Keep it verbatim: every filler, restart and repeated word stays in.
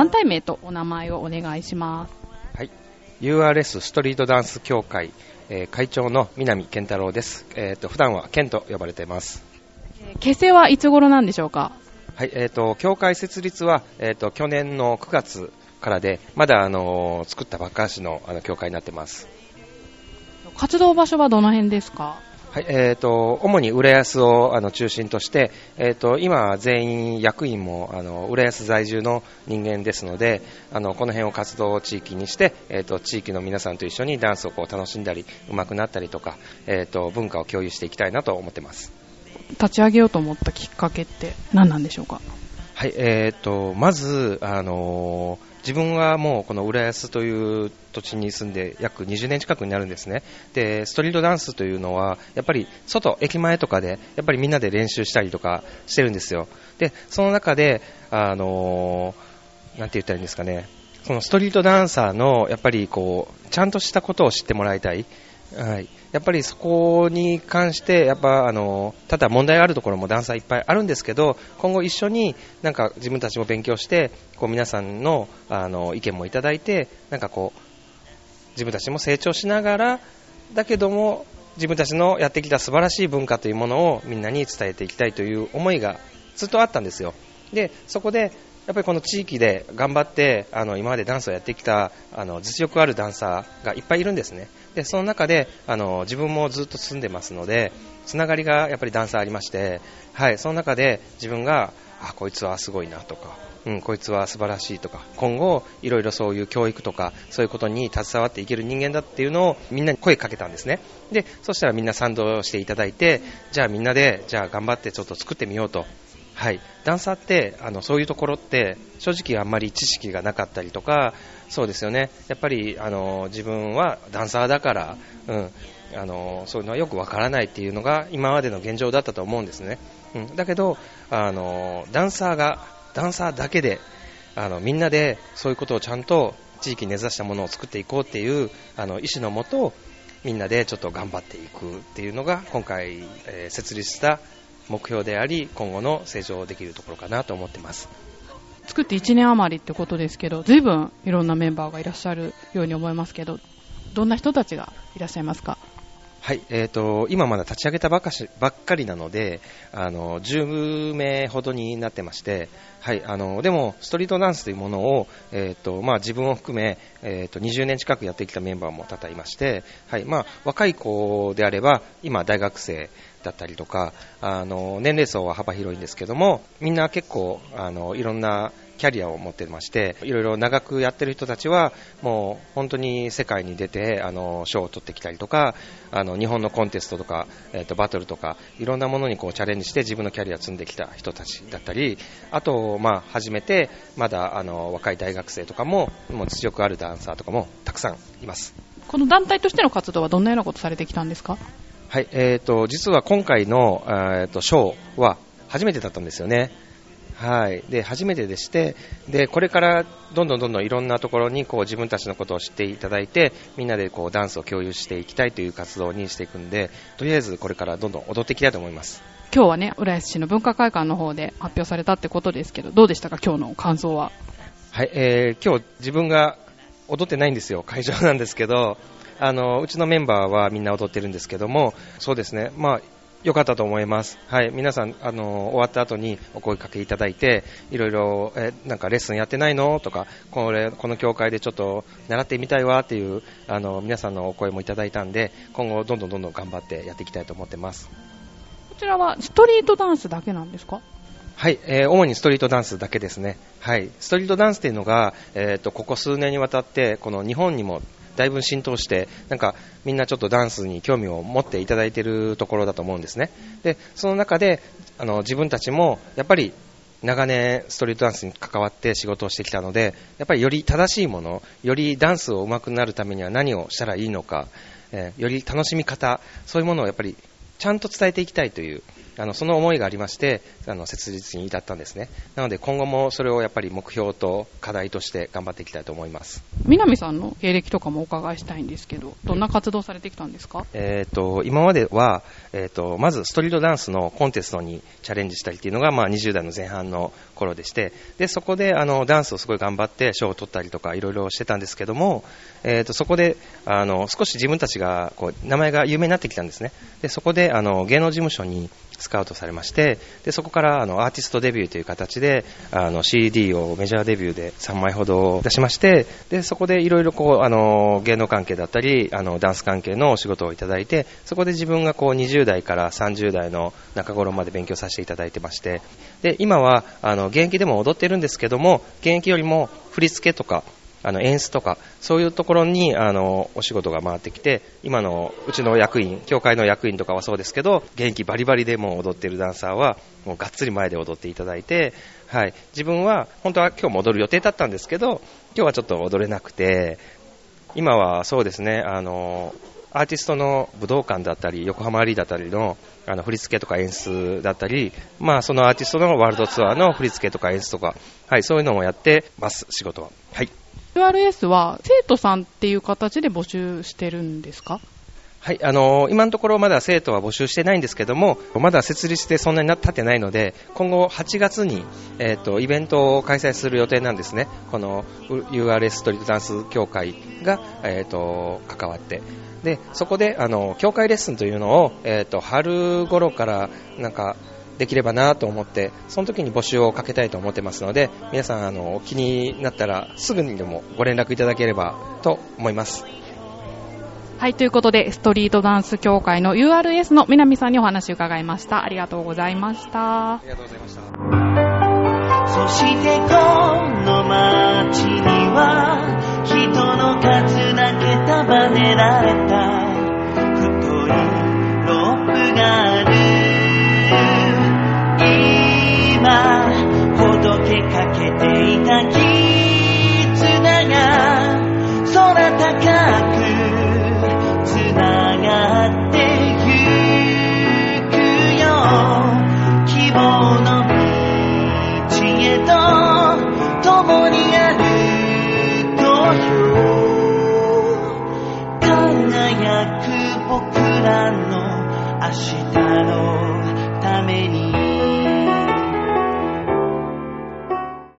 団体名とお名前をお願いします。 はい、ユーアールエス ストリートダンス協会、えー、会長の南健太郎です。えー、と普段は健と呼ばれています。 えー、結成はいつ頃なんでしょうか？ はい、えー、と協会設立は、えー、と去年のくがつからで、まだ、あのー、作ったばっかしの、あの協会になってます。 活動場所はどの辺ですか？ はい、えー、と主に浦安をあの中心として、えー、と今全員役員もあの浦安在住の人間ですので、あのこの辺を活動地域にして、えー、と地域の皆さんと一緒にダンスをこう楽しんだり上手くなったりとか、えー、と文化を共有していきたいなと思ってます。 立ち上げようと思ったきっかけって何なんでしょうか？ はい、えー、とまず、あのー自分はもうこの浦安という土地に住んで約にじゅうねん近くになるんですね。で、ストリートダンスというのはやっぱり外、駅前とかでやっぱりみんなで練習したりとかしてるんですよ。で、その中で、あのー、なんて言ったらいいんですかね、そのストリートダンサーのやっぱりこうちゃんとしたことを知ってもらいたい。はい、やっぱりそこに関してやっぱあのただ問題があるところもダンサーいっぱいあるんですけど、今後一緒になんか自分たちも勉強してこう皆さん の, あの意見もいただいて、なんかこう自分たちも成長しながらだけども自分たちのやってきた素晴らしい文化というものをみんなに伝えていきたいという思いがずっとあったんですよ。でそこでやっぱりこの地域で頑張ってあの今までダンスをやってきたあの実力あるダンサーがいっぱいいるんですね。でその中であの自分もずっと住んでますのでつながりがやっぱりダンサーありまして、はい、その中で自分があこいつはすごいなとか、うん、こいつは素晴らしいとか、今後いろいろそういう教育とかそういうことに携わっていける人間だっていうのをみんなに声かけたんですね。でそしたらみんな賛同していただいて、じゃあみんなでじゃあ頑張ってちょっと作ってみようと。はい、ダンサーってあのそういうところって正直あんまり知識がなかったりとか、そうですよね、やっぱりあの自分はダンサーだから、うん、あのそういうのはよくわからないっていうのが今までの現状だったと思うんですね。うん、だけどあのダンサーがダンサーだけであのみんなでそういうことをちゃんと地域に根ざしたものを作っていこうっていうあの意思のもとみんなでちょっと頑張っていくっていうのが今回、えー、設立した目標であり、今後の成長できるところかなと思ってます。 作っていちねん余りってことですけど、随分いろんなメンバーがいらっしゃるように思いますけど、どんな人たちがいらっしゃいますか？ はい、えーと、今まだ立ち上げたばっかしばっかりなのであのじゅうめいほどになってまして、はい、あのでもストリートダンスというものを、えーとまあ、自分を含め、えーとにじゅうねん近くやってきたメンバーも多々いまして、はいまあ、若い子であれば今大学生だったりとか、あの年齢層は幅広いんですけども、みんな結構あのいろんなキャリアを持ってまして、いろいろ長くやってる人たちはもう本当に世界に出てあの賞を取ってきたりとか、あの日本のコンテストとか、えーとバトルとかいろんなものにこうチャレンジして自分のキャリアを積んできた人たちだったり、あと、まあ、初めてまだあの若い大学生とかも、もう実力あるダンサーとかもたくさんいます。 この団体としての活動はどんなようなことされてきたんですか？ はい、えーと実は今回の、えーと賞は初めてだったんですよね。はい、で初めてでして、でこれからどんどんどんどんいろんなところにこう自分たちのことを知っていただいて、みんなでこうダンスを共有していきたいという活動にしていくんで、とりあえずこれからどんどん踊っていきたいと思います。 今日はね、浦安市の文化会館の方で発表されたってことですけど、どうでしたか、今日の感想は？はい、 えー、今日自分が踊ってないんですよ、会場なんですけど、あのうちのメンバーはみんな踊ってるんですけども、そうですね、まあ良かったと思います。はい、皆さんあの終わった後にお声かけいただいて、いろいろえなんかレッスンやってないのとか、これこの教会でちょっと習ってみたいわっていうあの皆さんのお声もいただいたんで、今後どんどんどんどん頑張ってやっていきたいと思ってます。 こちらはストリートダンスだけなんですか？ はい、えー、主にストリートダンスだけですね。はい、ストリートダンスというのが、えーと、ここ数年にわたってこの日本にもだいぶ浸透して、なんかみんなちょっとダンスに興味を持っていただいているところだと思うんですね。でその中であの自分たちもやっぱり長年ストリートダンスに関わって仕事をしてきたので、やっぱりより正しいもの、よりダンスを上手くなるためには何をしたらいいのか、えー、より楽しみ方、そういうものをやっぱりちゃんと伝えていきたいという、あのその思いがありまして、あの設立に至ったんですね。なので今後もそれをやっぱり目標と課題として頑張っていきたいと思います。 南さんの経歴とかもお伺いしたいんですけど、どんな活動されてきたんですか？ えー、と今までは、えー、とまずストリートダンスのコンテストにチャレンジしたりっていうのが、まあ、にじゅう代の前半の頃でして、でそこであのダンスをすごい頑張って賞を取ったりとかいろいろしてたんですけども、えー、とそこであの少し自分たちがこう名前が有名になってきたんですね。でそこであの芸能事務所にスカウトされまして、でそこからあのアーティストデビューという形であの シーディー をメジャーデビューでさんまいほど出しまして、でそこでいろいろこうあの芸能関係だったりあのダンス関係のお仕事をいただいて、そこで自分がこうにじゅう代からさんじゅう代の中頃まで勉強させていただいてまして、で今はあの現役でも踊ってるんですけども、現役よりも振り付けとかあの演出とかそういうところにあのお仕事が回ってきて、今のうちの役員、協会の役員とかはそうですけど、現役バリバリでもう踊ってるダンサーはもうがっつり前で踊っていただいて、はい、自分は本当は今日も踊る予定だったんですけど、今日はちょっと踊れなくて、今はそうですね、あのアーティストの武道館だったり横浜アリーだったりのあの振り付けとか演出だったり、まあ、そのアーティストのワールドツアーの振り付けとか演出とか、はい、そういうのもやってます、仕事は。はい。 ユーアールエス は生徒さんっていう形で募集してるんですか？ はい、あのー、今のところまだ生徒は募集してないんですけども、まだ設立してそんなに経ってないので、今後はちがつに、えーと、イベントを開催する予定なんですね。この ユーアールエス ストリートダンス協会が、えーと、関わって、でそこであの協会レッスンというのを、えーと、春頃からなんかできればなと思って、その時に募集をかけたいと思ってますので、皆さんあの気になったらすぐにでもご連絡いただければと思います。 はい、ということでストリートダンス協会の ユーアールエス の南さんにお話を伺いました。ありがとうございました。 ありがとうございました。 そしてこの街には人の数だけ束ねられた太いロープがある。今ほどけかけていた絆が空高くつな